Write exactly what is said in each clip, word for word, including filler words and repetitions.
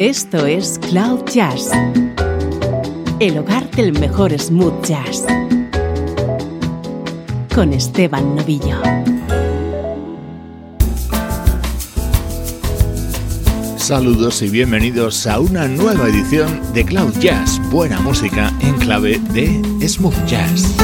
Esto es Cloud Jazz, el hogar del mejor smooth jazz, con Esteban Novillo. Saludos y bienvenidos a una nueva edición de Cloud Jazz, buena música en clave de smooth jazz.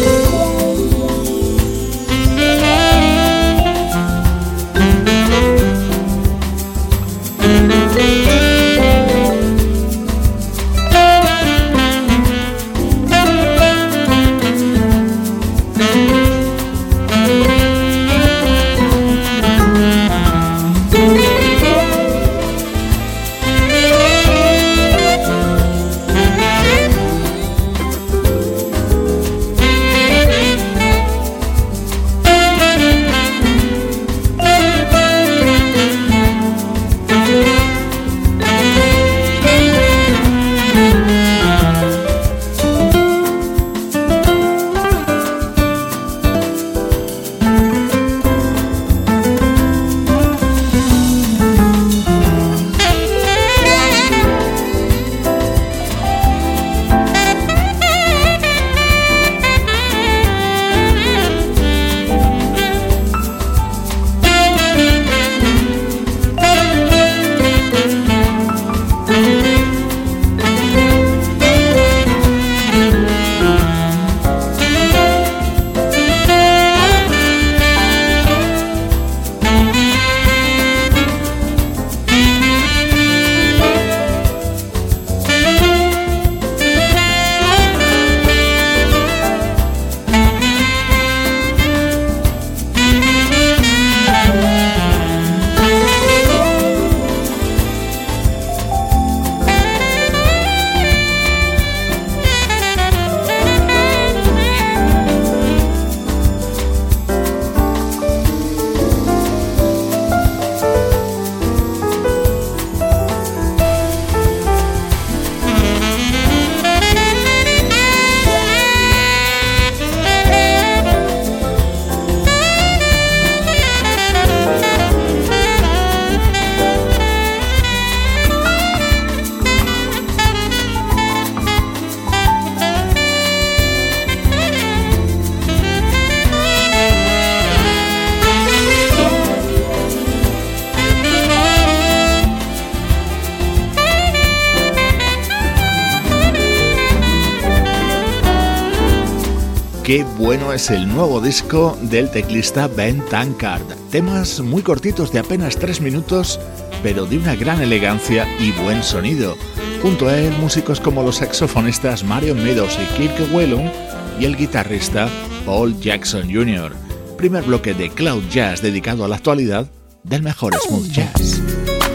Qué bueno es el nuevo disco del teclista Ben Tankard. Temas muy cortitos de apenas tres minutos, pero de una gran elegancia y buen sonido. Junto a él, músicos como los saxofonistas Marion Meadows y Kirk Whelan y el guitarrista Paul Jackson junior Primer bloque de Cloud Jazz dedicado a la actualidad del mejor smooth jazz.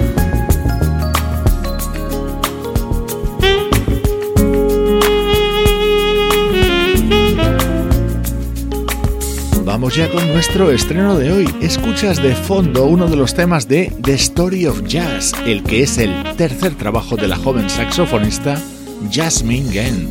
Vamos ya con nuestro estreno de hoy. Escuchas de fondo uno de los temas de The Story of Jazz, el que es el tercer trabajo de la joven saxofonista Jasmine Gent.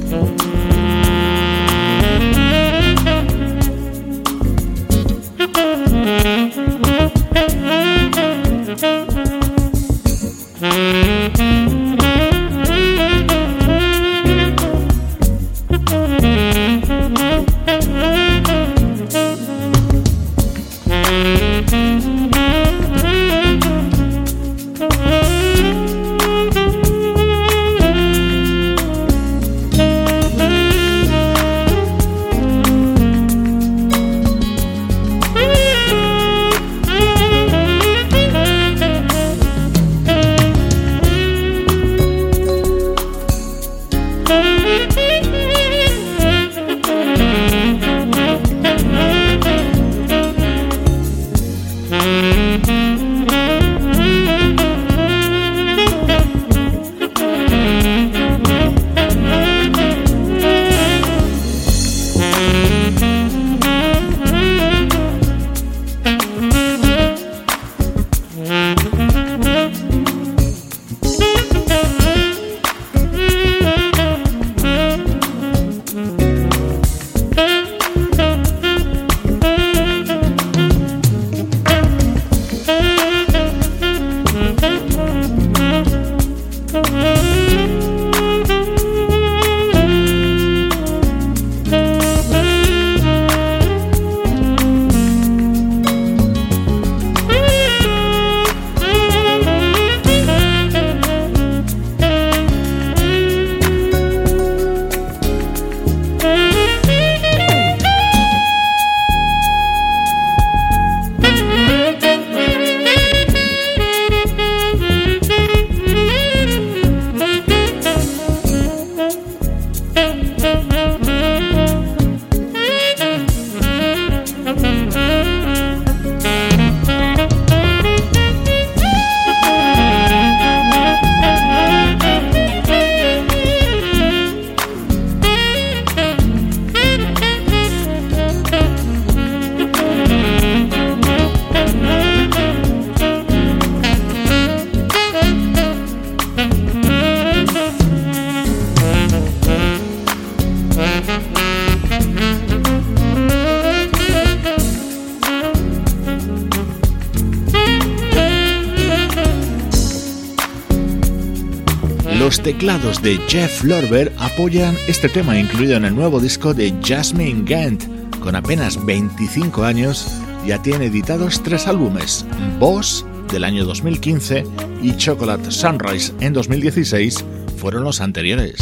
Thank you. Los teclados de Jeff Lorber apoyan este tema incluido en el nuevo disco de Jasmine Gant. Con apenas veinticinco años ya tiene editados tres álbumes, Boss del año dos mil quince y Chocolate Sunrise en dos mil dieciséis fueron los anteriores.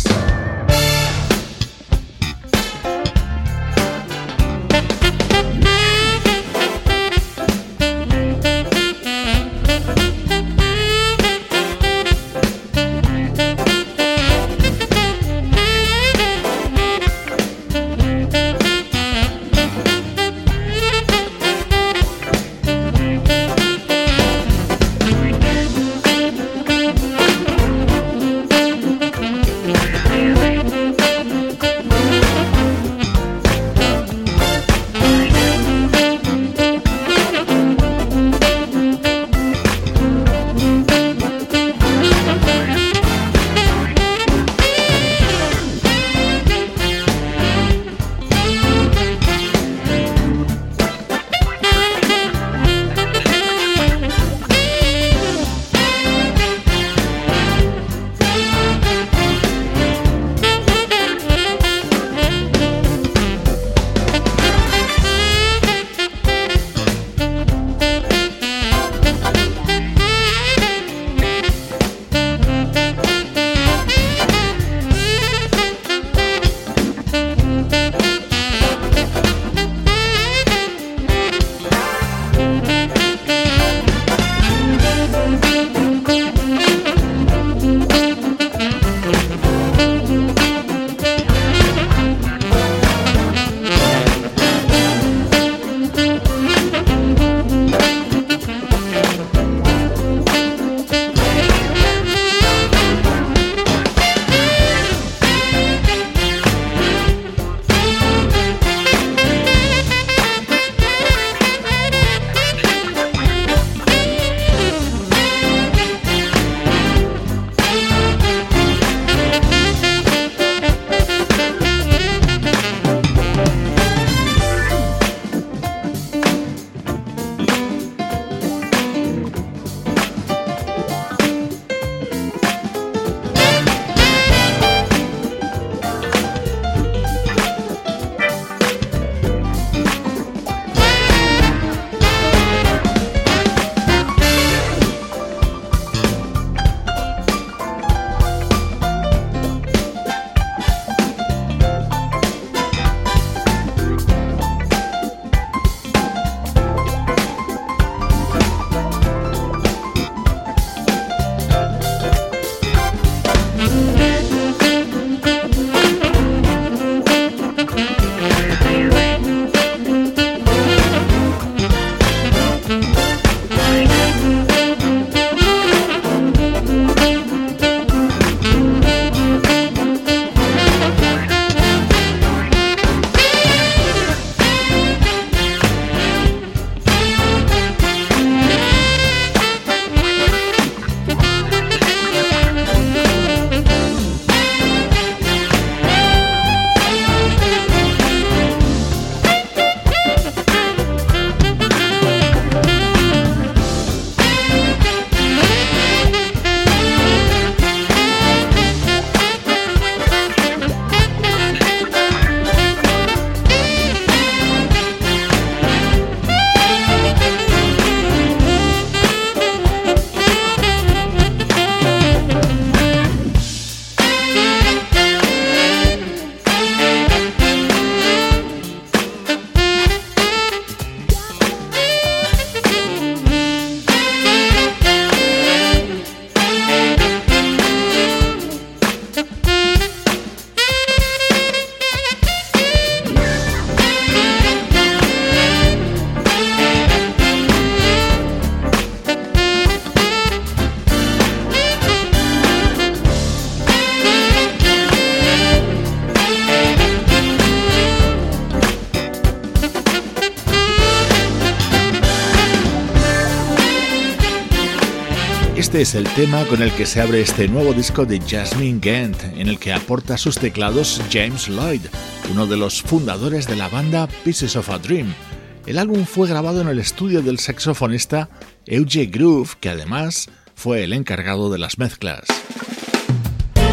Este es el tema con el que se abre este nuevo disco de Jasmine Gant, en el que aporta sus teclados James Lloyd, uno de los fundadores de la banda Pieces of a Dream. El álbum fue grabado en el estudio del saxofonista Euge Groove, que además fue el encargado de las mezclas.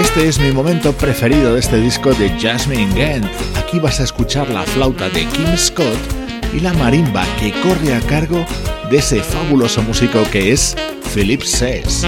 Este es mi momento preferido de este disco de Jasmine Gant. Aquí vas a escuchar la flauta de Kim Scott y la marimba que corre a cargo de ese fabuloso músico que es Philip Sez.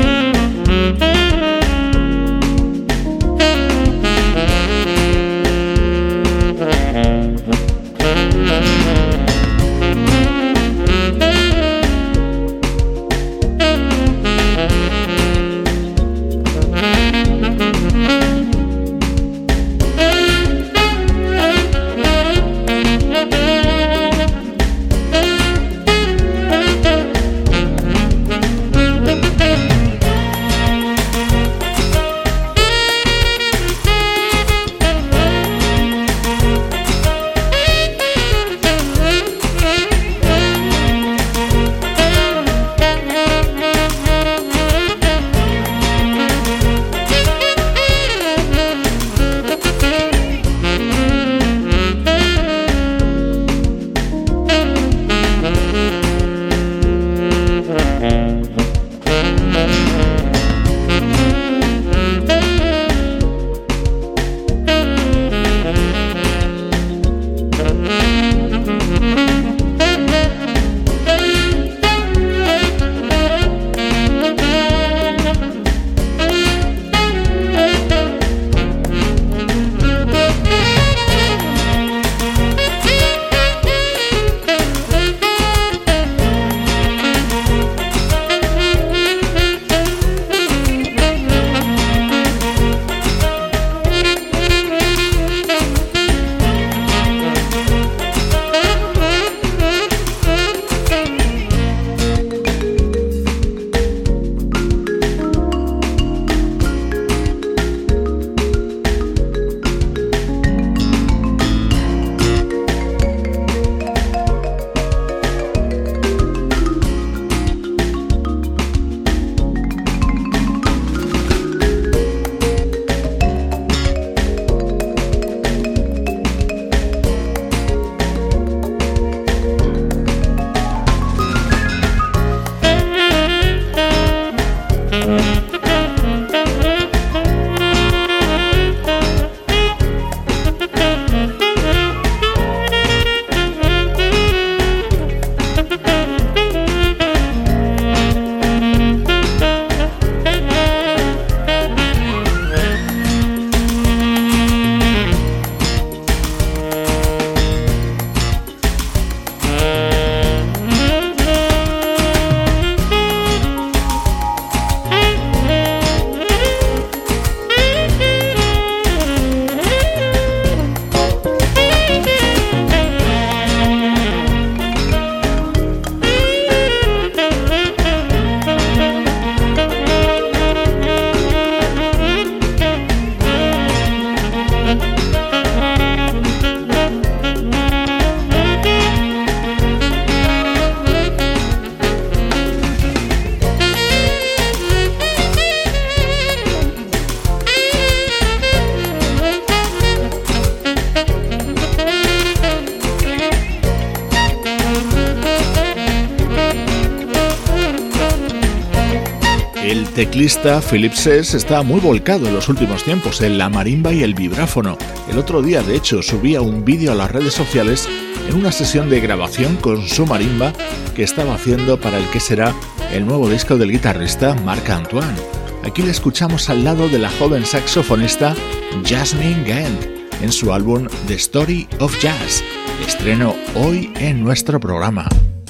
El teclista Philip Sez está muy volcado en los últimos tiempos en la marimba y el vibráfono. El otro día, de hecho, subía un vídeo a las redes sociales en una sesión de grabación con su marimba que estaba haciendo para el que será el nuevo disco del guitarrista Marc Antoine. Aquí le escuchamos al lado de la joven saxofonista Jasmine Gant en su álbum The Story of Jazz, estreno hoy en nuestro programa.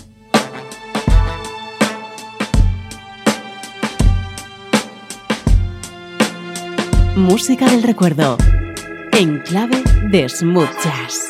Música del recuerdo, en clave de smooth jazz.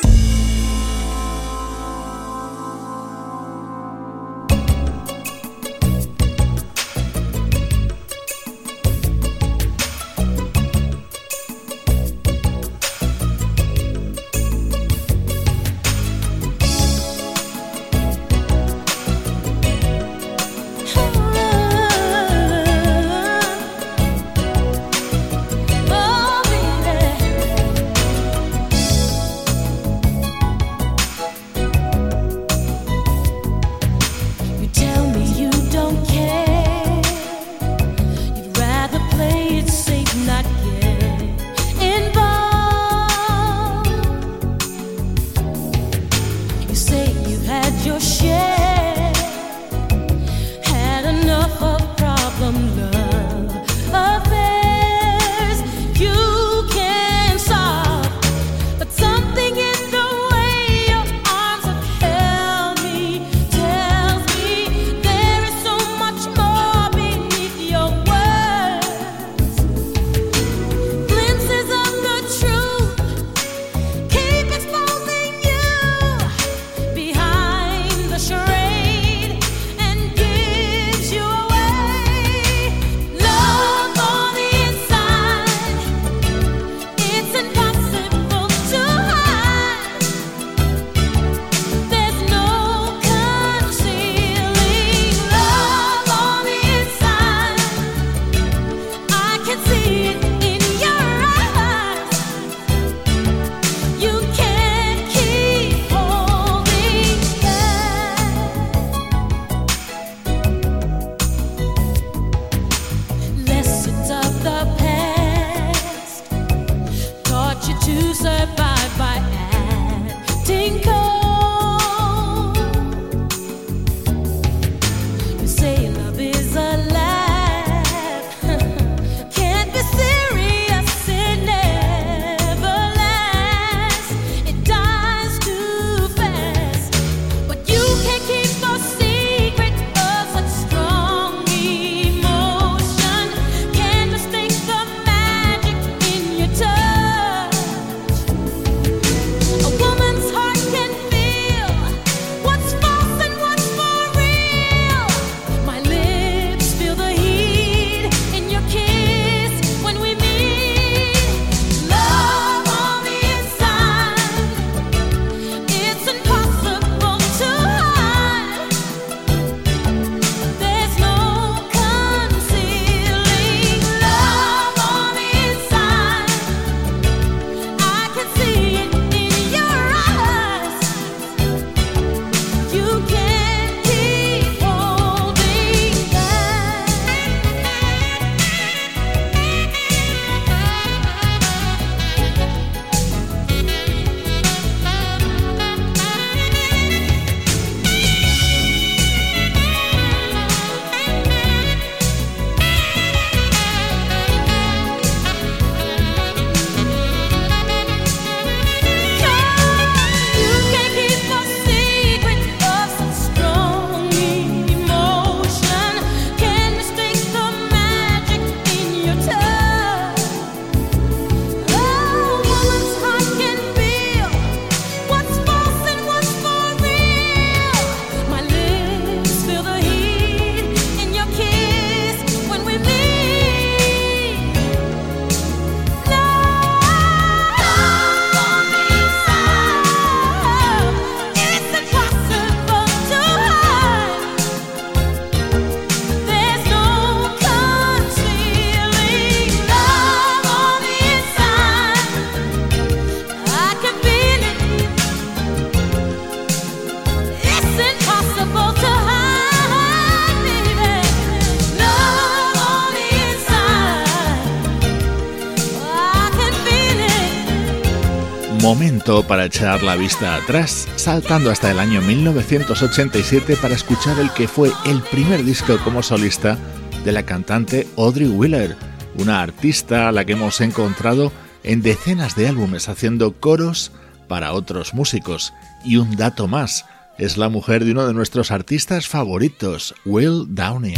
Momento para echar la vista atrás, saltando hasta el año mil novecientos ochenta y siete para escuchar el que fue el primer disco como solista de la cantante Audrey Wheeler, una artista a la que hemos encontrado en decenas de álbumes haciendo coros para otros músicos. Y un dato más, es la mujer de uno de nuestros artistas favoritos, Will Downing.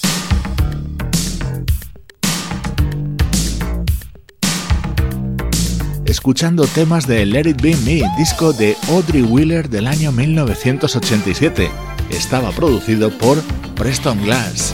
Escuchando temas de Let It Be Me, disco de Audrey Wheeler del año mil novecientos ochenta y siete. Estaba producido por Preston Glass.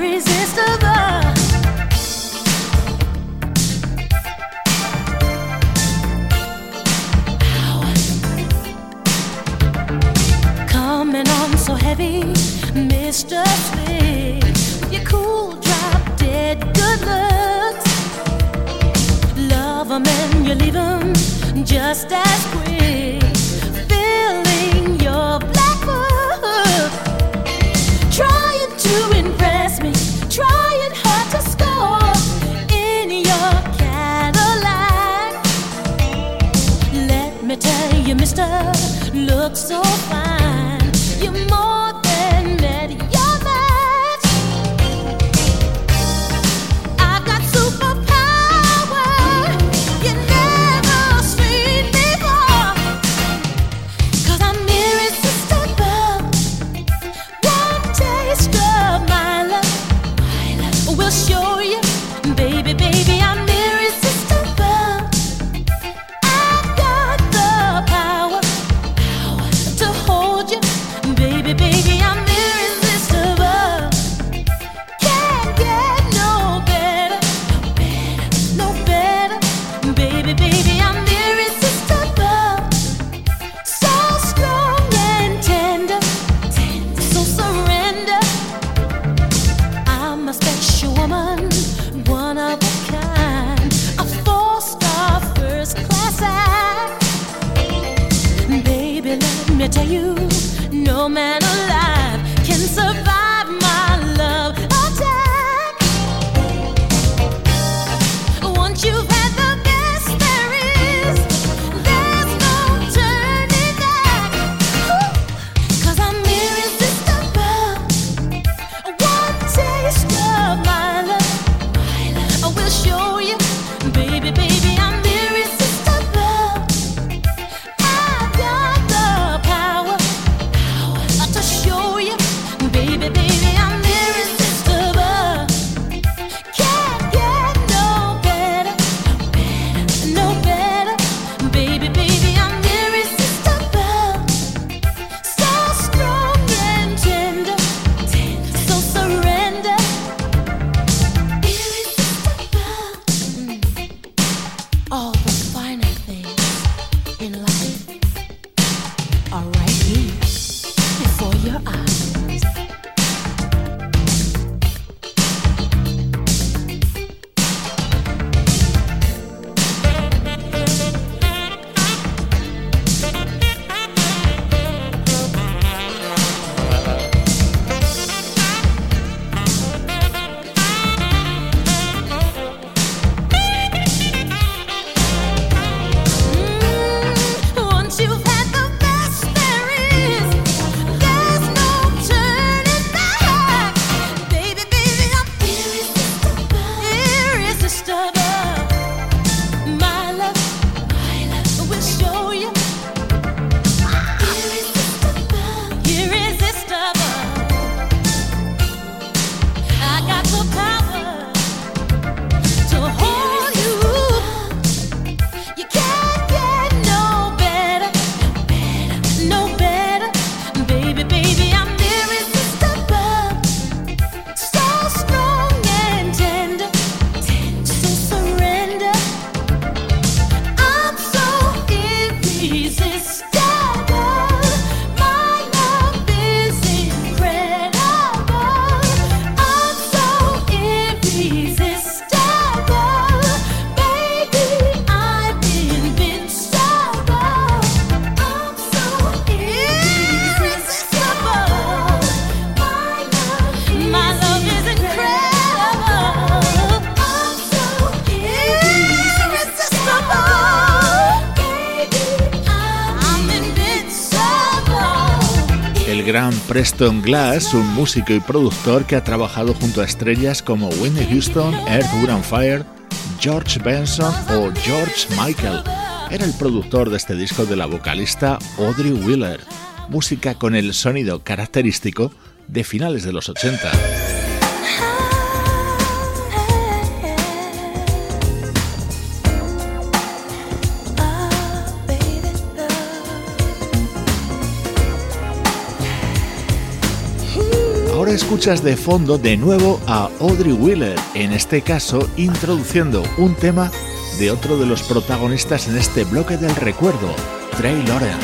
Coming on so heavy, mister Sweet, you cool drop dead good looks. Love 'em and you leave 'em just as quick. Filling your black book, trying to impress me, trying hard to score in your Cadillac. Let me tell you, mister, look so fine, you're more than met your match. I've got superpower you never seen before, 'cause I'm irresistible. One taste of my love, my love will show you, baby, baby, I'm irresistible. I've got the power, power to hold you, baby, baby, I'm irresistible. Can't get no better, better, no better, baby, baby, I'm irresistible. So strong and tender, tender, so surrender. I'm a special woman, one of a kind, a four-star first-class act. Baby, let me tell you, no man alive can survive my love attack. Once you've had the best there is, there's no turning back. Ooh, 'cause I'm irresistible. One taste of my love, my love, I will show you, baby, baby, I'm irresistible. I've got the power, power to show you, baby, baby, I'm irresistible. Can't get no better, better, no better, baby, baby, I'm irresistible. So strong and tender, tender, so surrender. Irresistible. Mm. All the finer things in life are right here before your eyes. Mm, once you've had the best there is, there's no turning back. Baby, baby, I'm irresistible, irresistible. My love, my love will show you, irresistible, irresistible. I got the power to hold you. You can't get no better, better, no better, baby, baby, I'm irresistible. So strong and tender, tender, so surrender. I'm so irresistible. My love is incredible. I'm so irresistible. Baby, I'm invincible. I'm so irresistible. My love, my love is incredible. I'm so irresistible. Baby, gran Preston Glass, un músico y productor que ha trabajado junto a estrellas como Whitney Houston, Earth, Wind and Fire, George Benson o George Michael. Era el productor de este disco de la vocalista Audrey Wheeler, música con el sonido característico de finales de los ochenta. Ahora escuchas de fondo de nuevo a Audrey Wheeler, en este caso introduciendo un tema de otro de los protagonistas en este bloque del recuerdo, Trey Lawrence.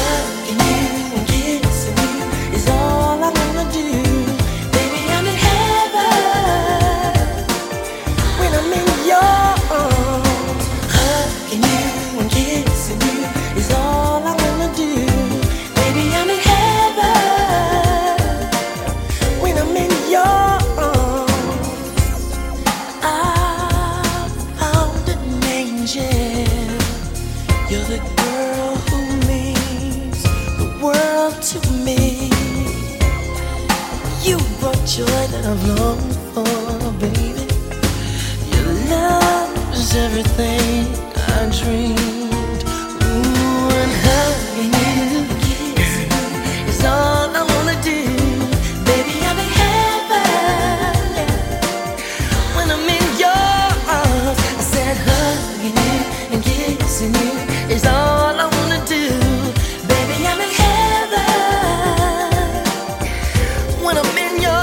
Joy that I've longed for, baby. Your love is everything I dreamed. Ooh, and hugging you is all I wanna do. Baby, I'm in heaven when I'm in your arms. I said hugging you and kissing you is all I wanna do. Baby, I'm in heaven when I'm in your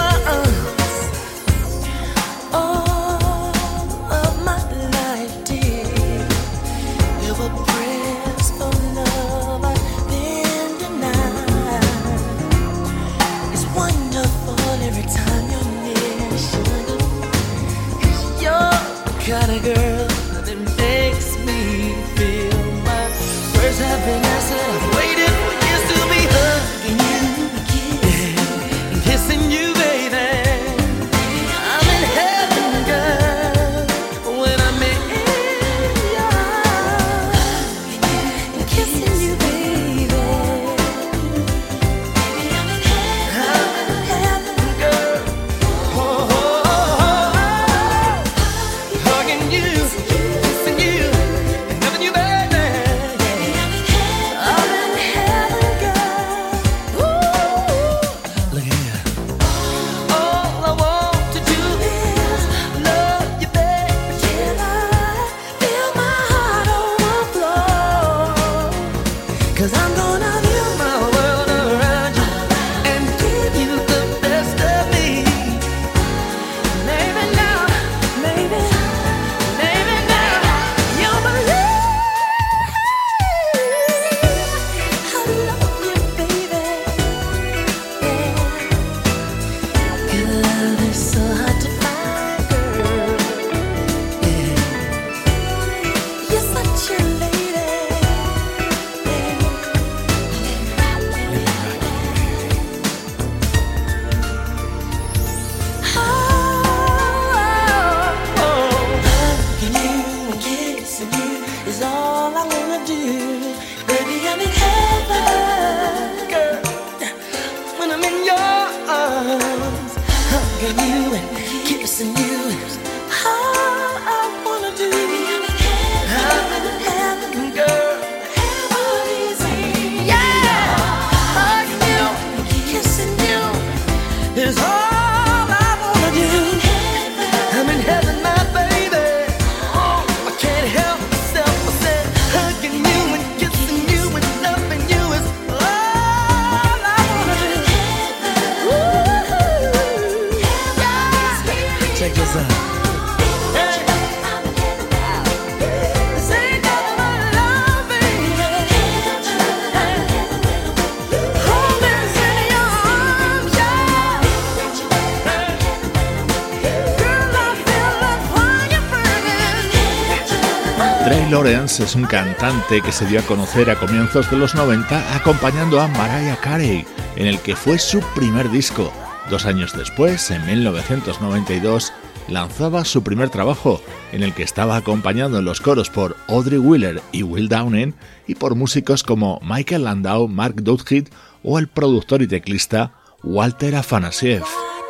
kind of girl that makes me feel my words have been answered. I've waited for years to be hugging you, yeah, and kissing you, baby. I'm in heaven, girl, when I'm in your arms, and kissing you, baby. Baby, I'm in heaven, I'm in heaven, girl. Oh, oh, oh, oh. Trey Lawrence es un cantante que se dio a conocer a comienzos de los noventa acompañando a Mariah Carey, en el que fue su primer disco. Dos años después, en mil novecientos noventa y dos, lanzaba su primer trabajo, en el que estaba acompañado en los coros por Audrey Wheeler y Will Downing y por músicos como Michael Landau, Mark Dudhit o el productor y teclista Walter Afanasieff.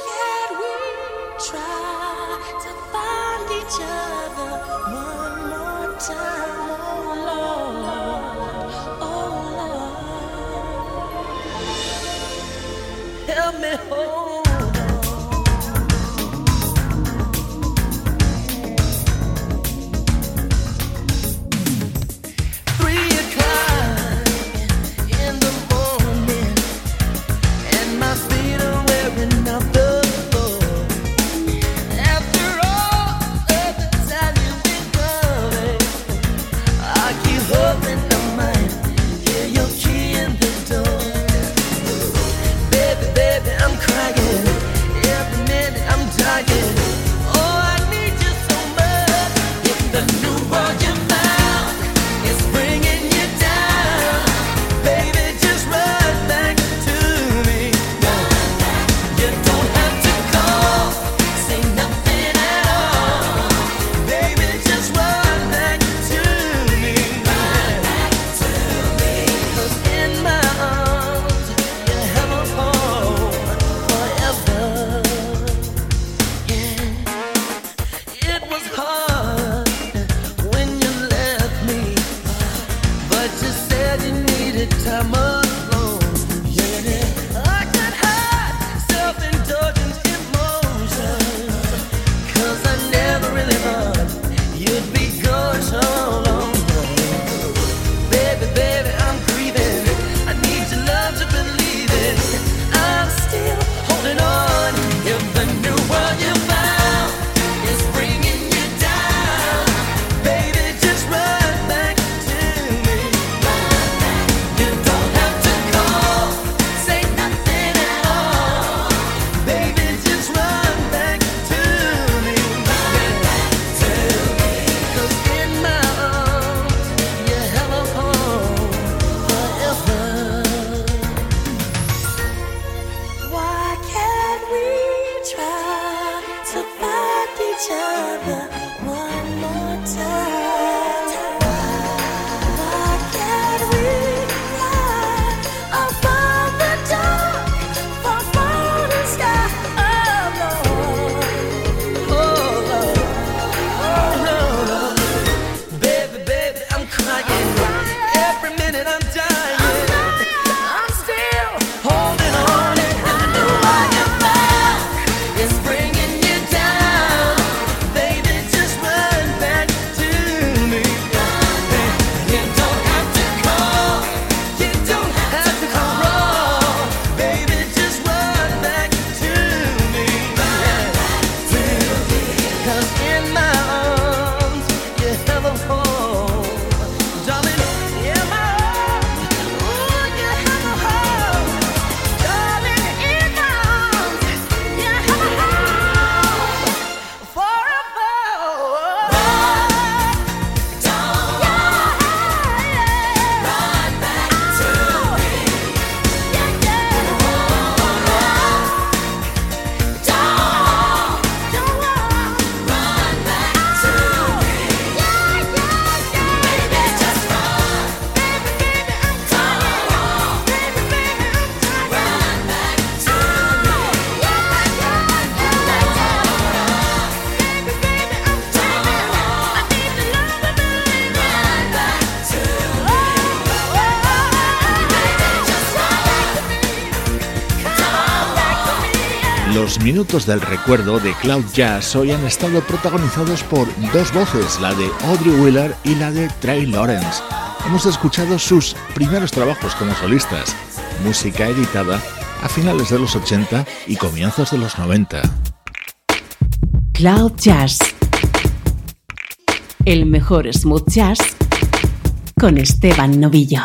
Los minutos del recuerdo de Cloud Jazz hoy han estado protagonizados por dos voces, la de Audrey Wheeler y la de Trey Lawrence. Hemos escuchado sus primeros trabajos como solistas, música editada a finales de los ochenta y comienzos de los noventa. Cloud Jazz, el mejor smooth jazz con Esteban Novillo.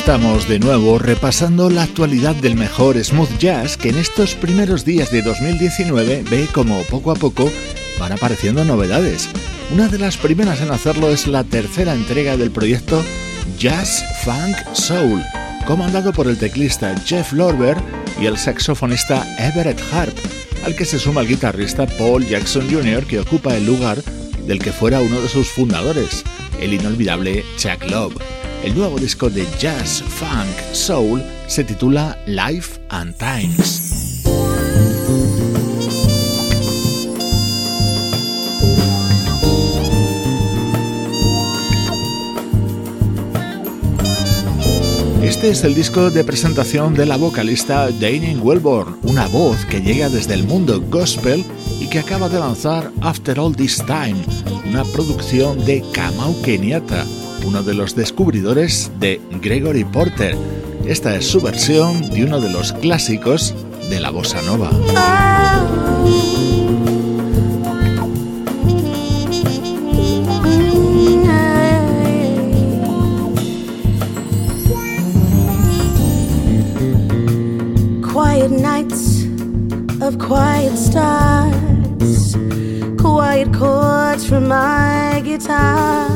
estamos de nuevo repasando la actualidad del mejor smooth jazz que en estos primeros días de dos mil diecinueve ve como poco a poco van apareciendo novedades. Una de las primeras en hacerlo es la tercera entrega del proyecto Jazz Funk Soul, comandado por el teclista Jeff Lorber y el saxofonista Everett Harp, al que se suma el guitarrista Paul Jackson junior, que ocupa el lugar del que fuera uno de sus fundadores, el inolvidable Chuck Love. El nuevo disco de Jazz Funk Soul se titula Life and Times. Este es el disco de presentación de la vocalista Diane Welborn, una voz que llega desde el mundo gospel y que acaba de lanzar After All This Time, una producción de Kamau Kenyatta, uno de los descubridores de Gregory Porter. Esta es su versión de uno de los clásicos de la bossa nova. Quiet nights of quiet stars, quiet chords from my guitar,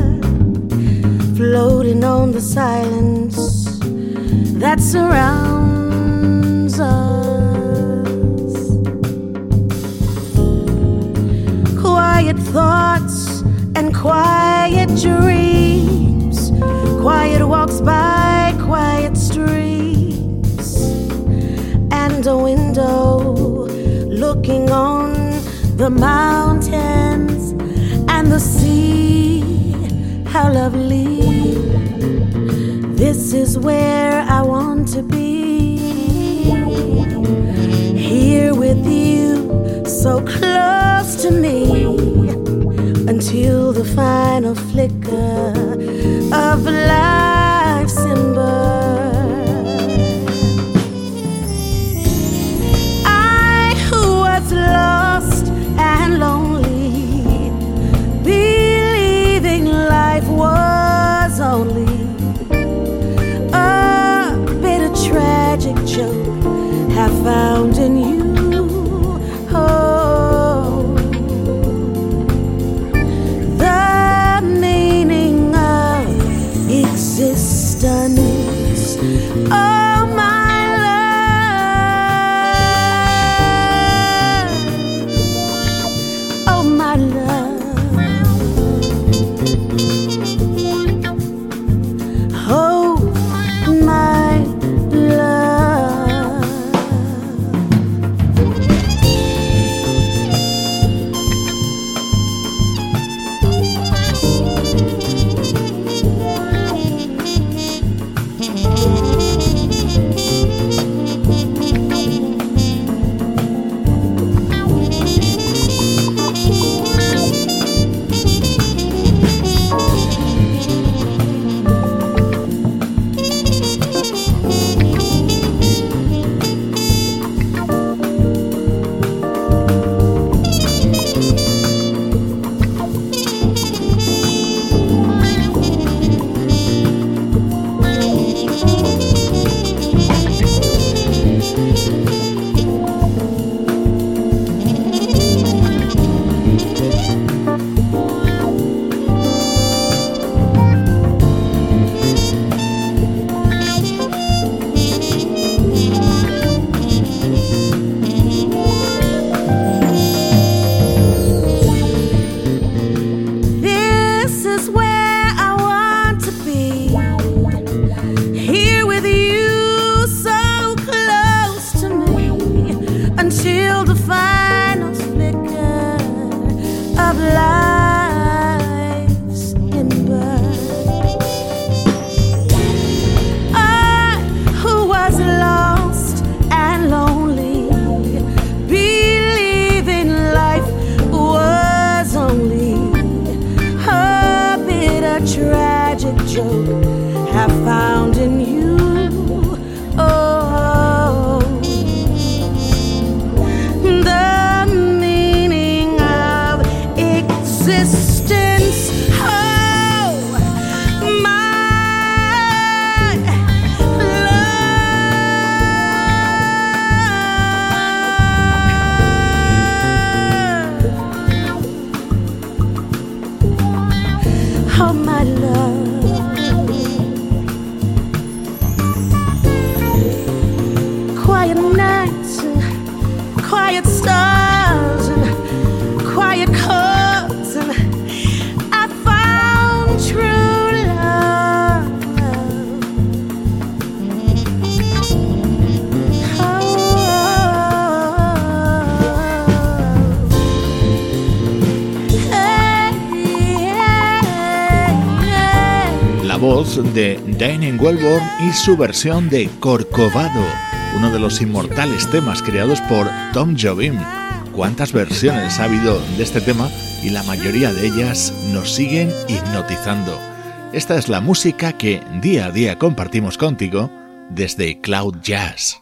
floating on the silence that surrounds us. Quiet thoughts and quiet dreams, quiet walks by quiet streets, and a window looking on the mountains and the sea. How lovely. This is where I want to be. Here with you, so close to me, until the final flicker of life's ember. I who was lost and lonely, believing life was only a bitter tragic joke, have found in you oh, the meaning of existence. Oh, my love, oh, my love, oh, my love. Existence, oh, my voz de Diane Wellborn y su versión de Corcovado, uno de los inmortales temas creados por Tom Jobim. ¿Cuántas versiones ha habido de este tema? Y la mayoría de ellas nos siguen hipnotizando. Esta es la música que día a día compartimos contigo desde Cloud Jazz.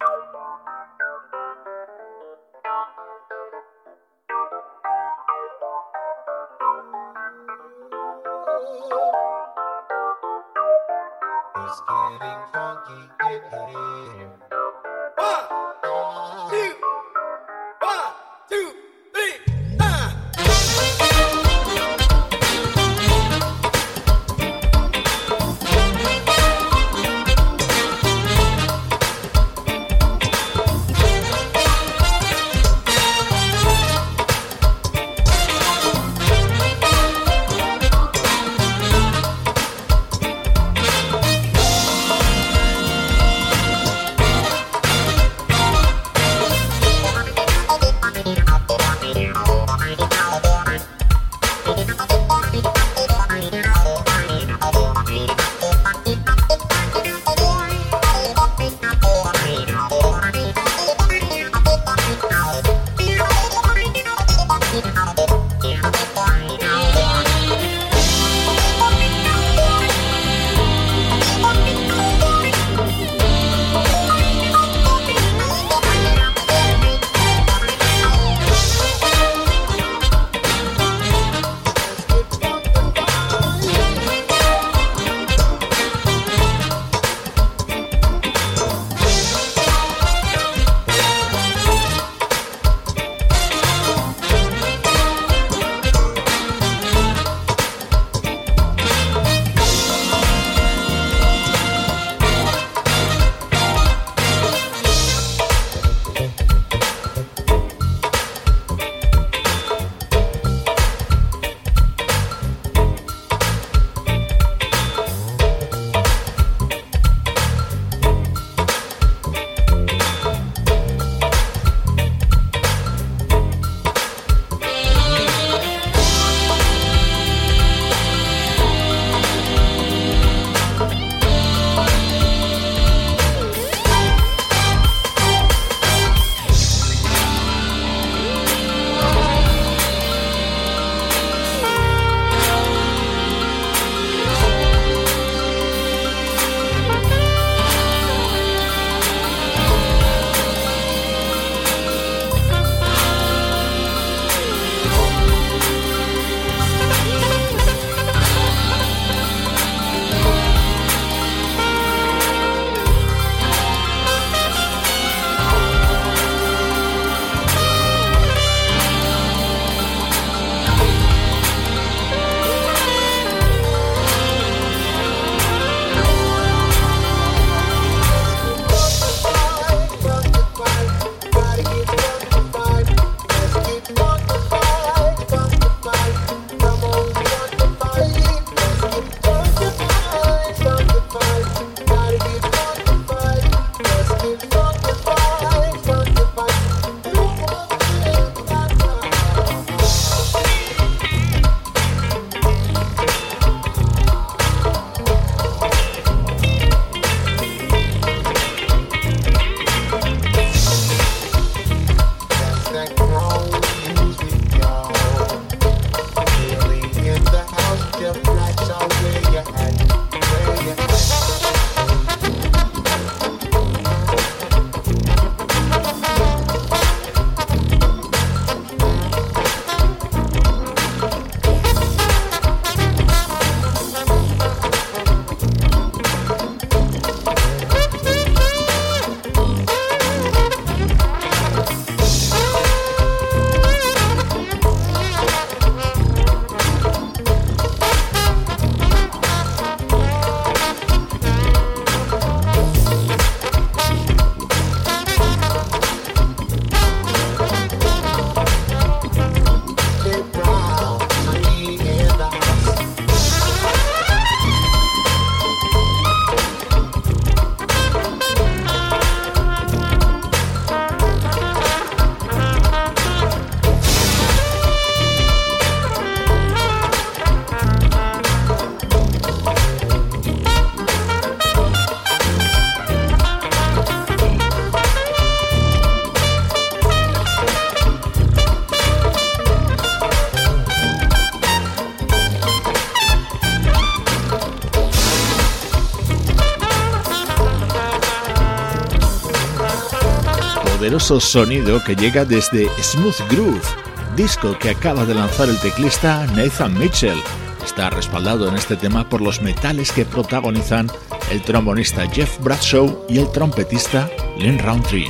poderoso sonido que llega desde Smooth Groove, disco que acaba de lanzar el teclista Nathan Mitchell. Está respaldado en este tema por los metales que protagonizan el trombonista Jeff Bradshaw y el trompetista Lynn Rountree.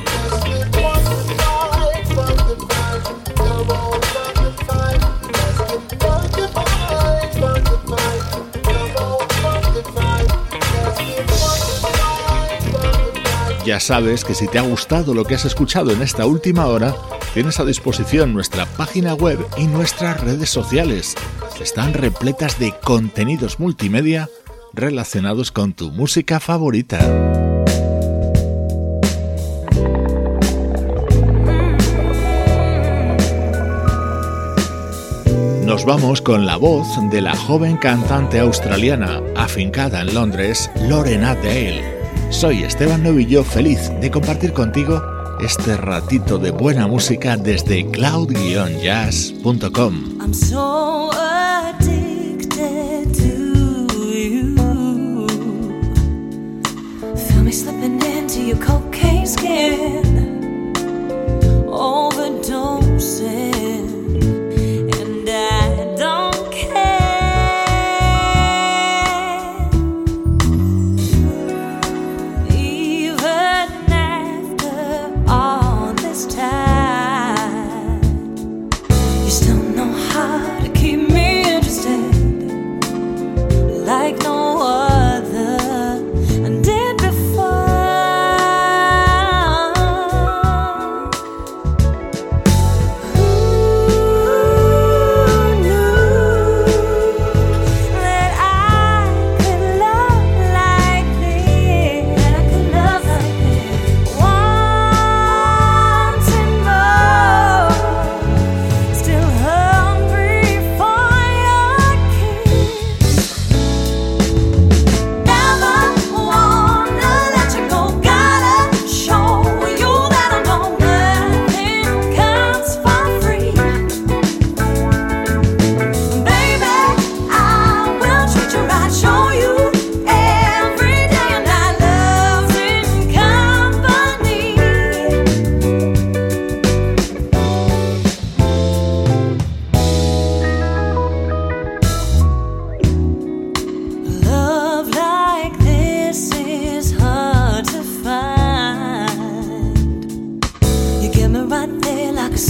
Ya sabes que si te ha gustado lo que has escuchado en esta última hora, tienes a disposición nuestra página web y nuestras redes sociales. Están repletas de contenidos multimedia relacionados con tu música favorita. Nos vamos con la voz de la joven cantante australiana afincada en Londres, Lorena Dale. Soy Esteban Novillo, feliz de compartir contigo este ratito de buena música desde cloud guion jazz punto com. I'm so addicted to you. Feel me slipping into your cocaine skin, overdosing, and I don't care. Like no other and did before. Who knew that I could love like this? That I could love like this. Wanting more, still hungry for your kiss.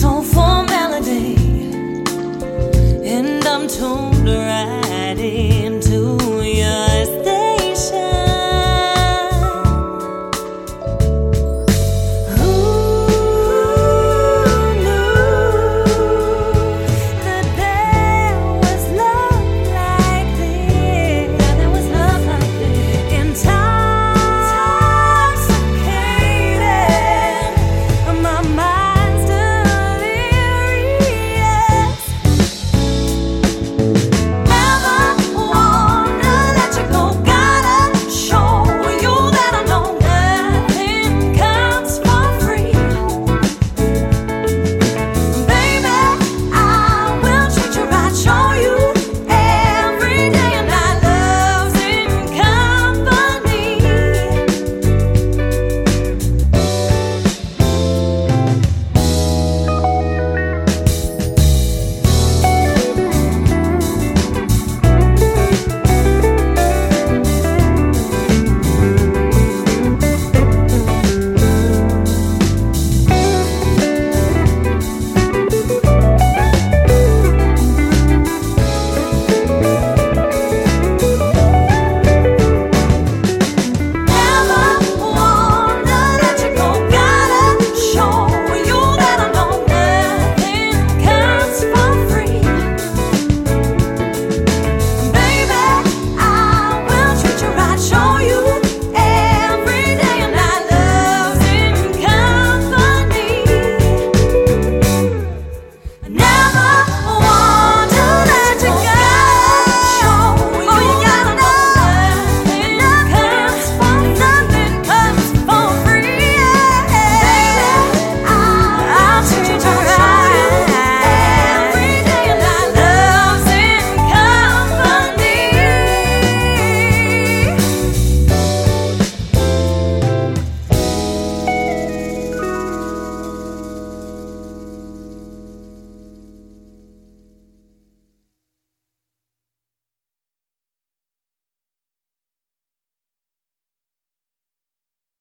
Soulful melody, and I'm tuned right in.